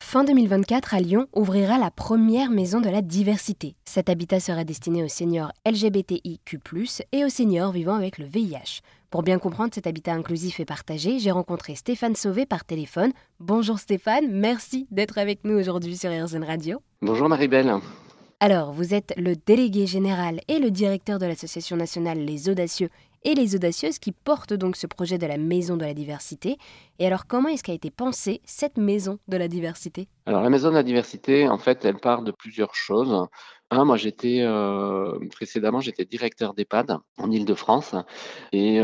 Fin 2024, à Lyon, ouvrira la première maison de la diversité. Cet habitat sera destiné aux seniors LGBTIQ+, et aux seniors vivant avec le VIH. Pour bien comprendre cet habitat inclusif et partagé, j'ai rencontré Stéphane Sauvé par téléphone. Bonjour Stéphane, merci d'être avec nous aujourd'hui sur RZN Radio. Bonjour Marie-Belle. Alors, vous êtes le délégué général et le directeur de l'association nationale Les Audacieux et les Audacieuses qui portent donc ce projet de la Maison de la Diversité. Et alors, comment est-ce qu'a été pensée cette Maison de la Diversité ? Alors la Maison de la Diversité, en fait, elle part de plusieurs choses. Moi précédemment, j'étais directeur d'EHPAD en Île-de-France et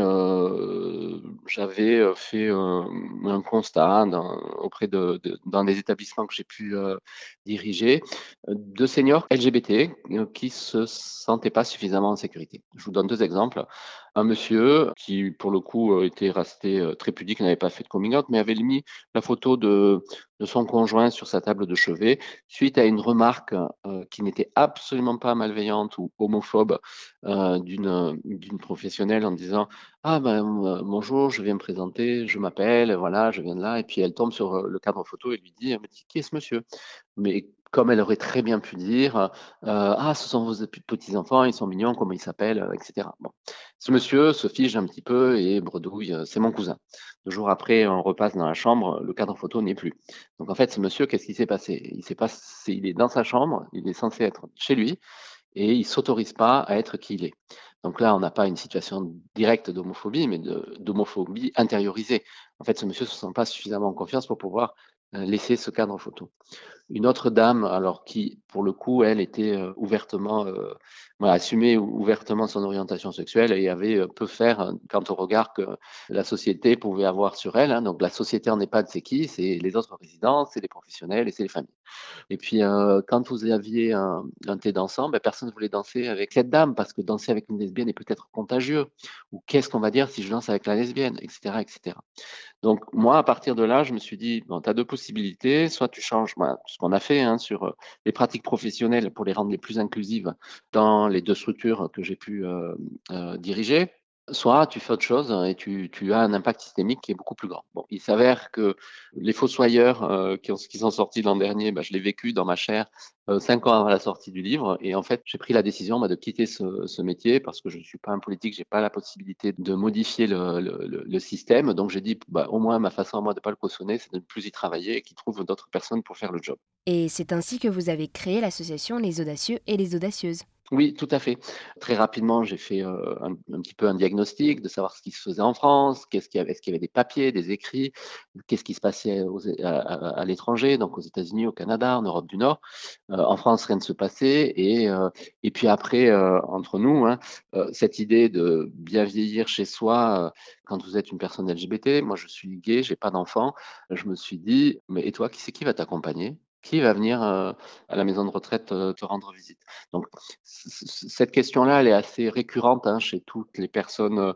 j'avais fait un constat dans des établissements que j'ai pu diriger de seniors LGBT qui se sentaient pas suffisamment en sécurité. Je vous donne deux exemples. Un monsieur qui, pour le coup, était resté très pudique, n'avait pas fait de coming out, mais avait mis la photo de son conjoint sur sa table de chevet, suite à une remarque qui n'était absolument pas malveillante ou homophobe d'une professionnelle en disant ah ben bonjour, je viens me présenter, je m'appelle, voilà, je viens de là, et puis elle tombe sur le cadre photo et lui dit mais qui est ce monsieur? Mais comme elle aurait très bien pu dire ah ce sont vos petits enfants, ils sont mignons, comment ils s'appellent, etc. Bon, ce monsieur se fige un petit peu et bredouille, c'est mon cousin. 2 jours après, on repasse dans la chambre, le cadre photo n'est plus. Donc en fait, ce monsieur, qu'est-ce qui s'est passé? Il est dans sa chambre, il est censé être chez lui et il s'autorise pas à être qui il est. Donc là, on n'a pas une situation directe d'homophobie, mais d'homophobie intériorisée. En fait, ce monsieur se sent pas suffisamment en confiance pour pouvoir laisser ce cadre photo. Une autre dame, alors qui, pour le coup, elle était assumait ouvertement son orientation sexuelle et avait peu faire quant au regard que la société pouvait avoir sur elle. Donc la société en EHPAD, c'est qui? C'est les autres résidents, c'est les professionnels et c'est les familles. Et puis quand vous aviez un thé dansant, personne ne voulait danser avec cette dame parce que danser avec une lesbienne est peut-être contagieux. Ou qu'est-ce qu'on va dire si je danse avec la lesbienne, etc., etc. Donc moi, à partir de là, je me suis dit, bon, tu as deux possibilités. Soit tu changes ce qu'on a fait sur les pratiques professionnelles pour les rendre les plus inclusives dans les deux structures que j'ai pu diriger. Soit tu fais autre chose et tu as un impact systémique qui est beaucoup plus grand. Bon, il s'avère que les fossoyeurs qui sont sortis l'an dernier, je l'ai vécu dans ma chair 5 ans avant la sortie du livre. Et en fait, j'ai pris la décision de quitter ce métier parce que je ne suis pas un politique, j'ai pas la possibilité de modifier le système. Donc j'ai dit, au moins ma façon à moi de pas le cautionner, c'est de ne plus y travailler et qu'il trouve d'autres personnes pour faire le job. Et c'est ainsi que vous avez créé l'association Les Audacieux et les Audacieuses. Oui, tout à fait. Très rapidement, j'ai fait un petit peu un diagnostic de savoir ce qui se faisait en France, est-ce qu'il y avait des papiers, des écrits, qu'est-ce qui se passait à l'étranger, donc aux États-Unis, au Canada, en Europe du Nord. En France, rien ne se passait. Et puis après, entre nous, cette idée de bien vieillir chez soi quand vous êtes une personne LGBT, moi je suis gay, j'ai pas d'enfant, je me suis dit, mais et toi, qui c'est qui va t'accompagner? Qui va venir à la maison de retraite te rendre visite? Donc, cette question-là, elle est assez récurrente chez toutes les personnes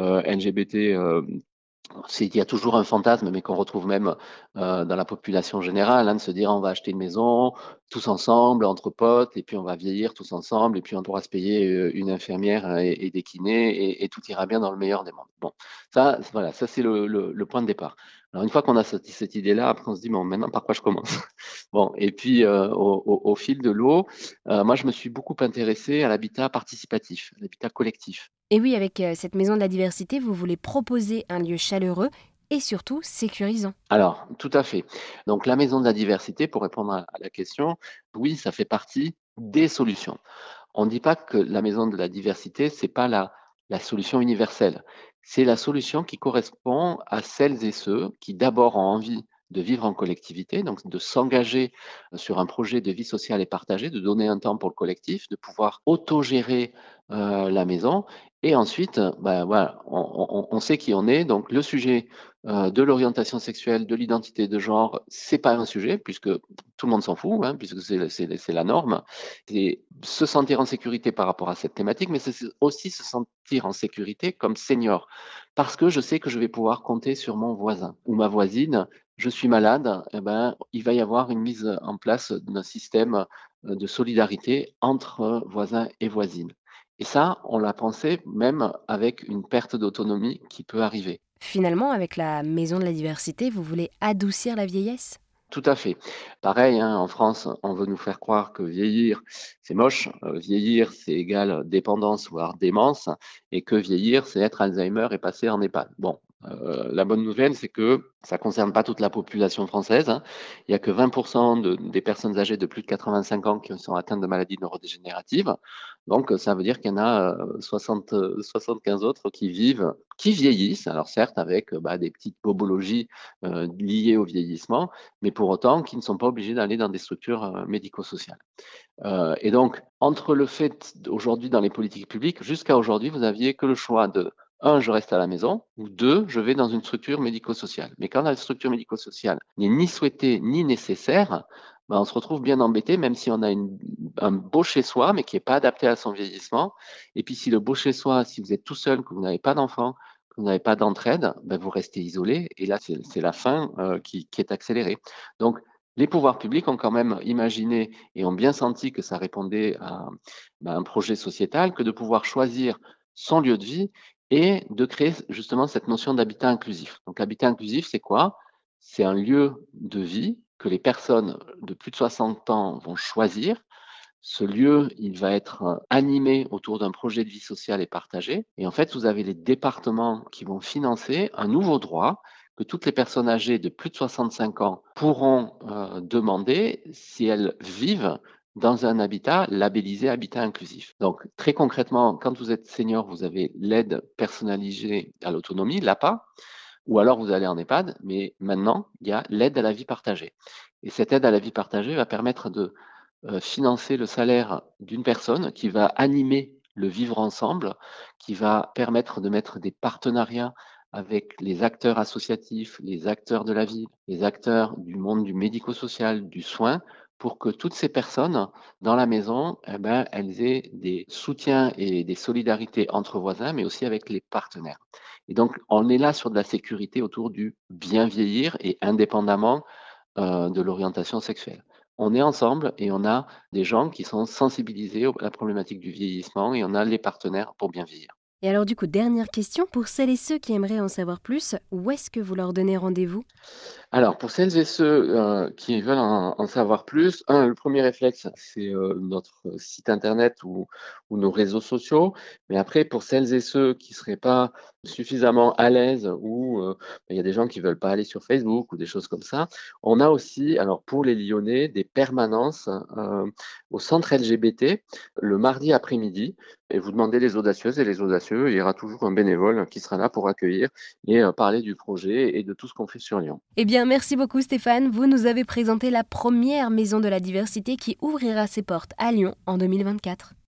LGBT. Il y a toujours un fantasme, mais qu'on retrouve même dans la population générale, de se dire on va acheter une maison tous ensemble, entre potes, et puis on va vieillir tous ensemble, et puis on pourra se payer une infirmière et des kinés, et tout ira bien dans le meilleur des mondes. Bon, ça, voilà, ça c'est le point de départ. Alors une fois qu'on a cette idée-là, après on se dit bon, maintenant par quoi je commence? Bon, et puis au fil de l'eau, moi je me suis beaucoup intéressé à l'habitat participatif, à l'habitat collectif. Et oui, avec cette Maison de la Diversité, vous voulez proposer un lieu chaleureux et surtout sécurisant. Alors, tout à fait. Donc, la maison de la diversité, pour répondre à la question, oui, ça fait partie des solutions. On ne dit pas que la maison de la diversité, c'est pas la solution universelle. C'est la solution qui correspond à celles et ceux qui d'abord ont envie de vivre en collectivité, donc de s'engager sur un projet de vie sociale et partagée, de donner un temps pour le collectif, de pouvoir autogérer la maison. Et ensuite, voilà, on sait qui on est. Donc le sujet de l'orientation sexuelle, de l'identité de genre, c'est pas un sujet puisque tout le monde s'en fout, puisque c'est la norme. C'est se sentir en sécurité par rapport à cette thématique, mais c'est aussi se sentir en sécurité comme senior, parce que je sais que je vais pouvoir compter sur mon voisin ou ma voisine. Je suis malade, il va y avoir une mise en place d'un système de solidarité entre voisins et voisines. Et ça, on l'a pensé même avec une perte d'autonomie qui peut arriver. Finalement, avec la Maison de la Diversité, vous voulez adoucir la vieillesse ? Tout à fait. Pareil, hein, en France, on veut nous faire croire que vieillir, c'est moche. Vieillir, c'est égal dépendance, voire démence, et que vieillir, c'est être Alzheimer et passer en EHPAD. Bon, la bonne nouvelle, c'est que ça concerne pas toute la population française, hein. Il y a que 20% des personnes âgées de plus de 85 ans qui sont atteintes de maladies neurodégénératives. Donc, ça veut dire qu'il y en a 75 autres qui vivent, qui vieillissent. Alors certes, avec des petites bobologies liées au vieillissement, mais pour autant qui ne sont pas obligés d'aller dans des structures médico-sociales. Et donc, entre le fait aujourd'hui dans les politiques publiques, jusqu'à aujourd'hui, vous aviez que le choix de un, je reste à la maison, ou deux, je vais dans une structure médico-sociale. Mais quand la structure médico-sociale n'est ni souhaitée ni nécessaire, on se retrouve bien embêté, même si on a un beau chez-soi, mais qui n'est pas adapté à son vieillissement. Et puis si le beau chez-soi, si vous êtes tout seul, que vous n'avez pas d'enfant, que vous n'avez pas d'entraide, vous restez isolé. Et là, c'est la fin qui est accélérée. Donc, les pouvoirs publics ont quand même imaginé et ont bien senti que ça répondait à un projet sociétal que de pouvoir choisir son lieu de vie et de créer justement cette notion d'habitat inclusif. Donc, habitat inclusif, c'est quoi? C'est un lieu de vie que les personnes de plus de 60 ans vont choisir. Ce lieu, il va être animé autour d'un projet de vie sociale et partagé. Et en fait, vous avez les départements qui vont financer un nouveau droit que toutes les personnes âgées de plus de 65 ans pourront demander si elles vivent dans un habitat labellisé habitat inclusif. Donc, très concrètement, quand vous êtes senior, vous avez l'aide personnalisée à l'autonomie, l'APA, ou alors vous allez en EHPAD, mais maintenant, il y a l'aide à la vie partagée. Et cette aide à la vie partagée va permettre de financer le salaire d'une personne qui va animer le vivre ensemble, qui va permettre de mettre des partenariats avec les acteurs associatifs, les acteurs de la ville, les acteurs du monde du médico-social, du soin, pour que toutes ces personnes dans la maison, elles aient des soutiens et des solidarités entre voisins, mais aussi avec les partenaires. Et donc, on est là sur de la sécurité autour du bien vieillir et indépendamment de l'orientation sexuelle. On est ensemble et on a des gens qui sont sensibilisés à la problématique du vieillissement et on a les partenaires pour bien vieillir. Et alors du coup, dernière question, pour celles et ceux qui aimeraient en savoir plus, où est-ce que vous leur donnez rendez-vous ? Alors, pour celles et ceux qui veulent en savoir plus, le premier réflexe, c'est notre site internet ou nos réseaux sociaux. Mais après, pour celles et ceux qui ne seraient pas suffisamment à l'aise ou il y a des gens qui ne veulent pas aller sur Facebook ou des choses comme ça, on a aussi, alors pour les Lyonnais, des permanences au centre LGBT le mardi après-midi. Et vous demandez les audacieuses et les audacieux, il y aura toujours un bénévole qui sera là pour accueillir et parler du projet et de tout ce qu'on fait sur Lyon. Eh bien, merci beaucoup Stéphane. Vous nous avez présenté la première maison de la diversité qui ouvrira ses portes à Lyon en 2024.